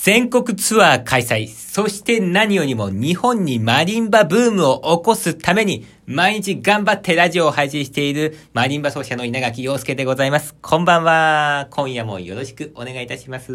全国ツアー開催。そして何よりも日本にマリンバブームを起こすために毎日頑張ってラジオを配信しているマリンバ奏者の稲垣陽介でございます。こんばんは。今夜もよろしくお願いいたします。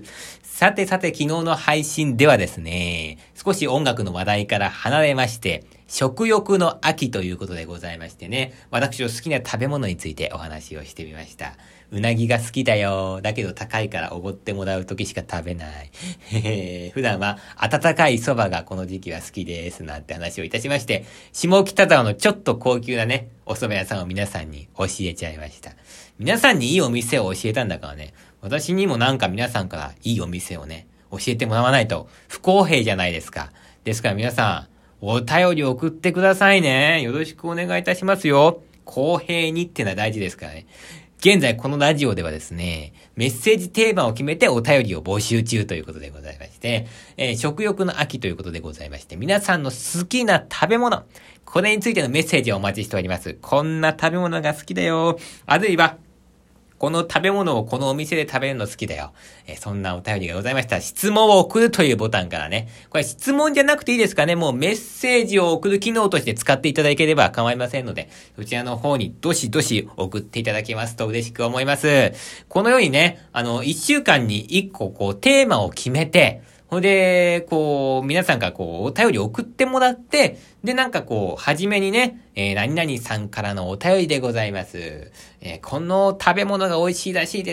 さて昨日の配信ではですね、少し音楽の話題から離れまして、食欲の秋ということでございましてね、私の好きな食べ物についてお話をしてみました。うなぎが好きだよ。だけど高いからおごってもらうときしか食べない。普段は温かいそばがこの時期は好きです。なんて話をいたしまして、下北沢のちょっと高級なね、お蕎麦屋さんを皆さんに教えちゃいました。皆さんにいいお店を教えたんだからね、私にもなんか皆さんからいいお店をね、教えてもらわないと不公平じゃないですか。ですから皆さん、お便り送ってくださいね。よろしくお願いいたしますよ。公平にってのは大事ですからね。現在このラジオではですね、メッセージテーマを決めてお便りを募集中ということでございまして、食欲の秋ということでございまして、皆さんの好きな食べ物、これについてのメッセージをお待ちしております。こんな食べ物が好きだよ。あるいは、この食べ物をこのお店で食べるの好きだよ。そんなお便りがございましたら、質問を送るというボタンからね。これ質問じゃなくていいですかね。もうメッセージを送る機能として使っていただければ構いませんので、そちらの方にどしどし送っていただけますと嬉しく思います。このようにね、1週間に1個テーマを決めて、ほんで、皆さんがお便りを送ってもらって、で、はじめにね、何々さんからのお便りでございます。この食べ物が美味しいらしいです。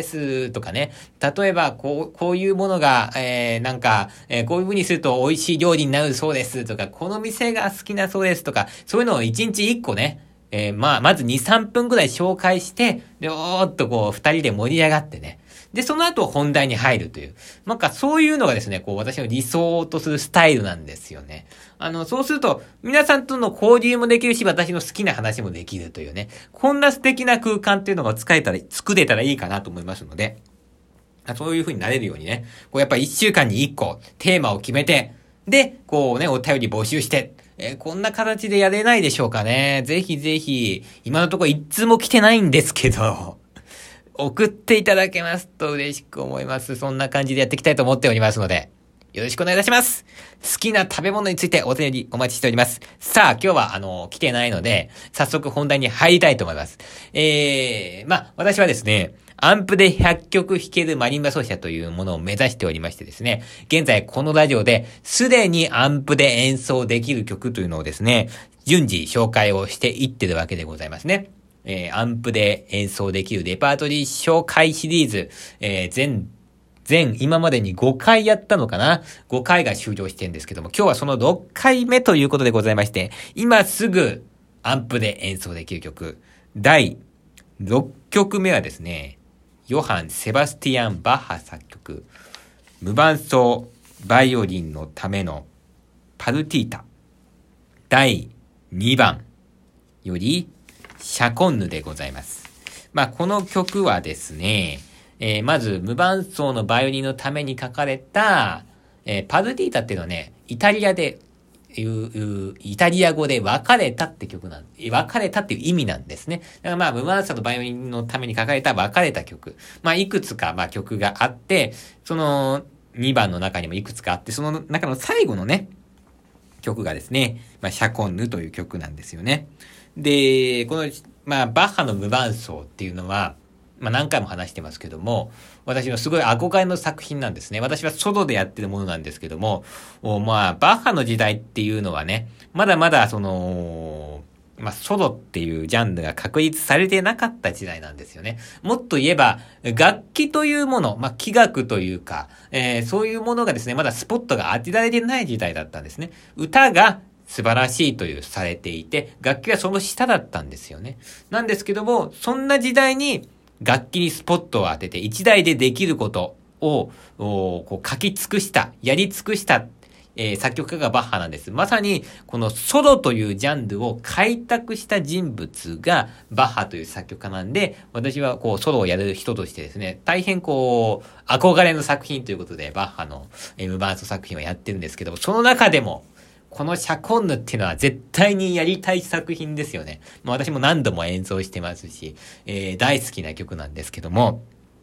とかね。例えば、こういうものが、こういう風にすると美味しい料理になるそうです。とか、この店が好きなそうです。とか、そういうのを1日1個ね、まず2、3分くらい紹介して、で、二人で盛り上がってね。で、その後本題に入るという。そういうのがですね、私の理想とするスタイルなんですよね。そうすると、皆さんとの交流もできるし、私の好きな話もできるというね。こんな素敵な空間っていうのが作れたらいいかなと思いますので、そういう風になれるようにね、やっぱ1週間に1個テーマを決めて、で、お便り募集して、こんな形でやれないでしょうかね。ぜひぜひ、今のところ一通も来てないんですけど、送っていただけますと嬉しく思います。そんな感じでやっていきたいと思っておりますので、よろしくお願いいたします。好きな食べ物についてお便りお待ちしております。さあ、今日は来てないので、早速本題に入りたいと思います。私はですね、アンプで100曲弾けるマリンバ奏者というものを目指しておりましてですね、現在このラジオですでにアンプで演奏できる曲というのをですね、順次紹介をしていってるわけでございますね。アンプで演奏できるレパートリー紹介シリーズ、今までに5回やったのかな ?5 回が終了してるんですけども、今日はその6回目ということでございまして、今すぐアンプで演奏できる曲、第6曲目はですね、ヨハン・セバスティアン・バッハ作曲、無伴奏バイオリンのためのパルティータ、第2番より、シャコンヌでございます。この曲はですね、まず無伴奏のバイオリンのために書かれた、パルティータっていうのはね、イタリア語で別れたって曲別れたっていう意味なんですね。だから無伴奏のバイオリンのために書かれた別れた曲。いくつか曲があって、その2番の中にもいくつかあって、その中の最後のね、曲がですね、シャコンヌという曲なんですよね。で、この、バッハの無伴奏っていうのは、何回も話してますけども、私のすごい憧れの作品なんですね。私はソロでやってるものなんですけども、バッハの時代っていうのはね、まだまだソロっていうジャンルが確立されてなかった時代なんですよね。もっと言えば、楽器というもの、器楽というか、そういうものがですね、まだスポットが当てられてない時代だったんですね。歌が素晴らしいとされていて、楽器はその下だったんですよね。なんですけども、そんな時代に楽器にスポットを当てて一台でできることを書き尽くした、やり尽くした、作曲家がバッハなんです。まさにこのソロというジャンルを開拓した人物がバッハという作曲家なんで、私はソロをやる人としてですね、大変憧れの作品ということでバッハの無伴奏作品をやってるんですけども、その中でもこのシャコンヌっていうのは絶対にやりたい作品ですよね。私も何度も演奏してますし、大好きな曲なんですけども、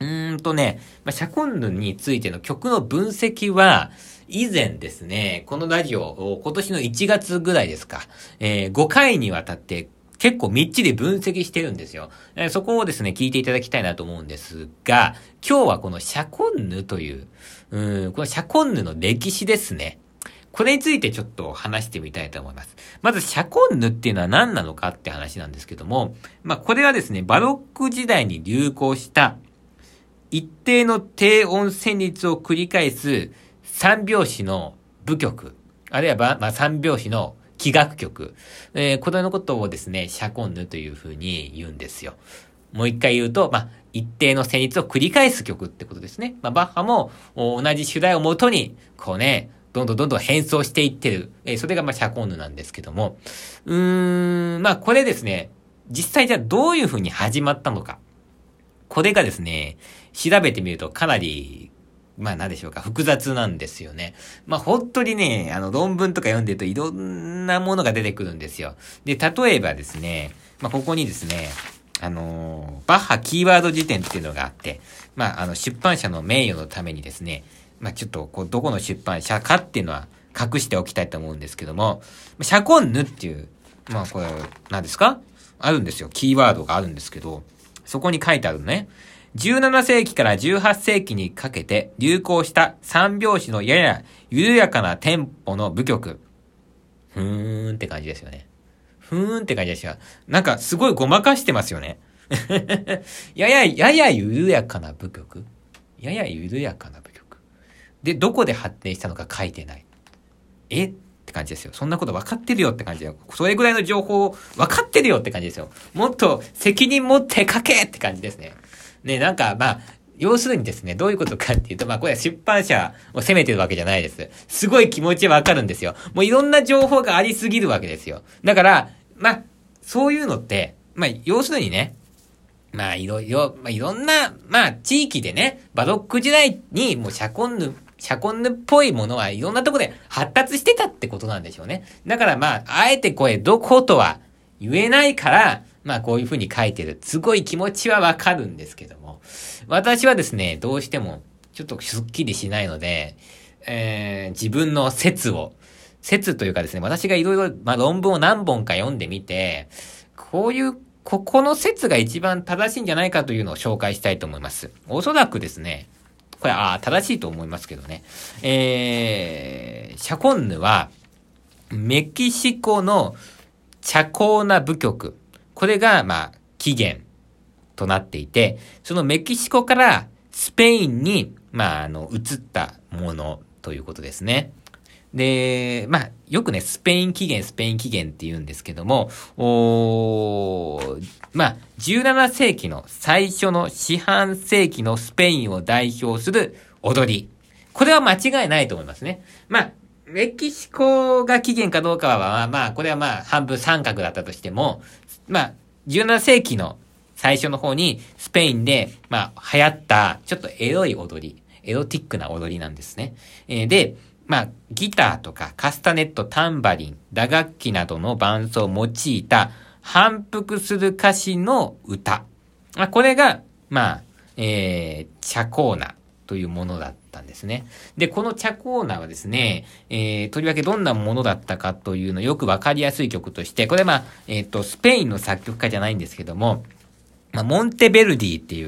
シャコンヌについての曲の分析は、以前ですね、このラジオを今年の1月ぐらいですか、5回にわたって結構みっちり分析してるんですよ。そこをですね、聞いていただきたいなと思うんですが、今日はこのシャコンヌという、このシャコンヌの歴史ですね。これについてちょっと話してみたいと思います。まず、シャコンヌっていうのは何なのかって話なんですけども、これはですね、バロック時代に流行した、一定の低音旋律を繰り返す三拍子の舞曲、あるいは三拍子の器楽曲、これのことをですね、シャコンヌというふうに言うんですよ。もう一回言うと、一定の旋律を繰り返す曲ってことですね。バッハも同じ主題をもとに、こうね、どんどん変奏していってる。それがシャコンヌなんですけども。これですね、実際じゃあどういうふうに始まったのか。これがですね、調べてみるとかなり、何でしょうか、複雑なんですよね。本当にね、論文とか読んでるといろんなものが出てくるんですよ。で、例えばですね、ここにですね、バッハキーワード辞典っていうのがあって、出版社の名誉のためにですね、ちょっと、どこの出版社かっていうのは隠しておきたいと思うんですけども、シャコンヌっていう、これ、何ですか？あるんですよ。キーワードがあるんですけど、そこに書いてあるのね。17世紀から18世紀にかけて流行した三拍子のやや緩やかなテンポの舞曲。ふーんって感じですよね。ふーんって感じですよ。なんかすごいごまかしてますよね。やや緩やかな舞曲。やや緩やかな舞曲。で、どこで発展したのか書いてない。って感じですよ。そんなこと分かってるよって感じだよ。それぐらいの情報分かってるよって感じですよ。もっと責任持って書けって感じですね。ね、要するにですね、どういうことかっていうと、これは出版社を責めてるわけじゃないです。すごい気持ちわかるんですよ。もういろんな情報がありすぎるわけですよ。だから、そういうのって、要するにね、いろんな、地域でね、バロック時代にもうシャコンヌっぽいものはいろんなところで発達してたってことなんでしょうね。だからあえてこれどことは言えないから、こういうふうに書いてる。すごい気持ちはわかるんですけども。私はですね、どうしてもちょっとすっきりしないので、自分の説というかですね、私がいろいろ論文を何本か読んでみて、ここの説が一番正しいんじゃないかというのを紹介したいと思います。おそらくですね、これ、正しいと思いますけどね。シャコンヌは、メキシコのチャコーナ舞曲。これが、起源となっていて、そのメキシコからスペインに、移ったものということですね。で、よくね、スペイン起源って言うんですけども、17世紀の最初の四半世紀のスペインを代表する踊り。これは間違いないと思いますね。メキシコが起源かどうかは、これは半分三角だったとしても、17世紀の最初の方にスペインで、流行ったちょっとエロい踊り、エロティックな踊りなんですね。で、ギターとかカスタネット、タンバリン、打楽器などの伴奏を用いた反復する歌詞の歌。これが、チャコーナというものだったんですね。で、このチャコーナはですね、とりわけどんなものだったかというのよくわかりやすい曲として、これスペインの作曲家じゃないんですけども、モンテベルディっていう、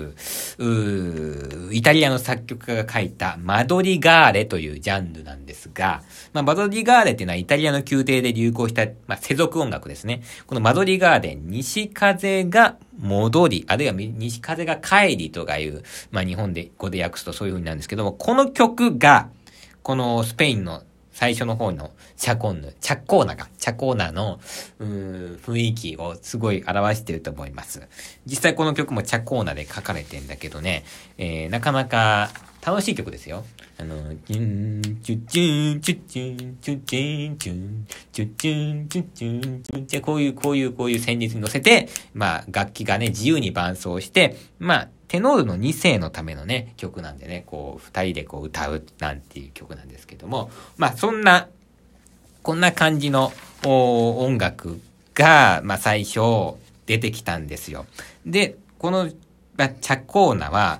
イタリアの作曲家が書いたマドリガーレというジャンルなんですが、マドリガーレっていうのはイタリアの宮廷で流行した、世俗音楽ですね。このマドリガーレ、西風が戻り、あるいは西風が帰りとかいう、日本で語で訳すとそういう風になるんですけども、この曲が、このスペインの最初の方のチャコーナの雰囲気をすごい表していると思います。実際この曲もチャコーナで書かれてんだけどね、なかなか楽しい曲ですよ。チュンチュチュンチュチュンチュチュンチュンチュチュンチュチュンチュンチュンこういう旋律に乗せて、楽器がね自由に伴奏して、テノールの2世のためのね曲なんでね、二人で歌うなんていう曲なんですけども、こんな感じの音楽が最初出てきたんですよ。で、このチャコーナは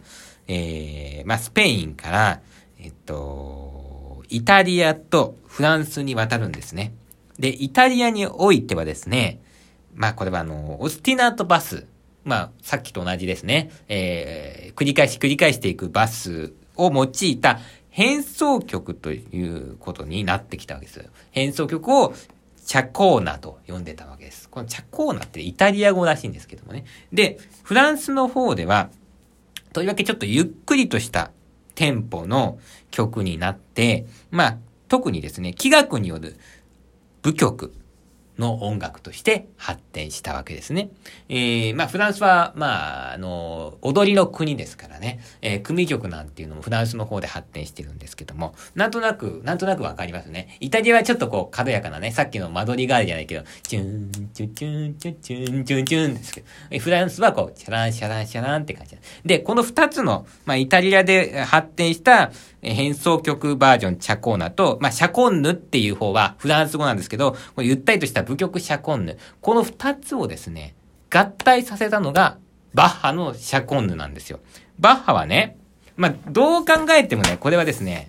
スペインから、イタリアとフランスに渡るんですね。で、イタリアにおいてはですね、これはオスティナートバス。さっきと同じですね。繰り返していくバスを用いた変奏曲ということになってきたわけですよ。変奏曲をチャコーナと呼んでたわけです。このチャコーナってイタリア語らしいんですけどもね。で、フランスの方では、とりわけちょっとゆっくりとしたテンポの曲になって、特にですね、器楽による舞曲の音楽として発展したわけですね。フランスは、踊りの国ですからね、組曲なんていうのもフランスの方で発展してるんですけども、なんとなくわかりますね。イタリアはちょっとこう、軽やかなね、さっきのマドリガールじゃないけど、チューン、チュチュン、チュチュン、チュン、チュンですけど、フランスはこう、シャラン、シャラン、シャランって感じで、この二つの、イタリアで発展した変奏曲バージョンチャコーナと、シャコンヌっていう方はフランス語なんですけど、これゆったりとした舞曲シャコンヌ。この二つをですね、合体させたのがバッハのシャコンヌなんですよ。バッハはね、どう考えてもね、これはですね、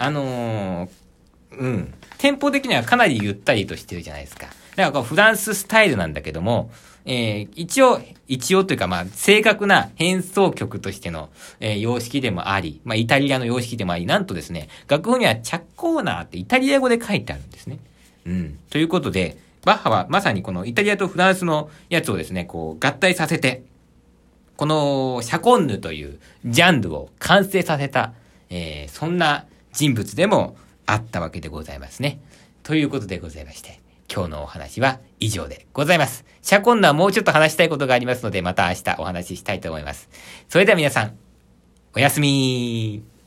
テンポ的にはかなりゆったりとしてるじゃないですか。だからこうフランススタイルなんだけども、一応というか正確な変奏曲としての、様式でもあり、イタリアの様式でもあり、なんとですね、楽譜にはチャッコーナーってイタリア語で書いてあるんですね。ということで、バッハはまさにこのイタリアとフランスのやつをですね、こう合体させて、このシャコンヌというジャンルを完成させた、そんな人物でもあったわけでございますね。ということでございまして、今日のお話は以上でございます。シャコンヌはもうちょっと話したいことがありますので、また明日お話ししたいと思います。それでは皆さん、おやすみ。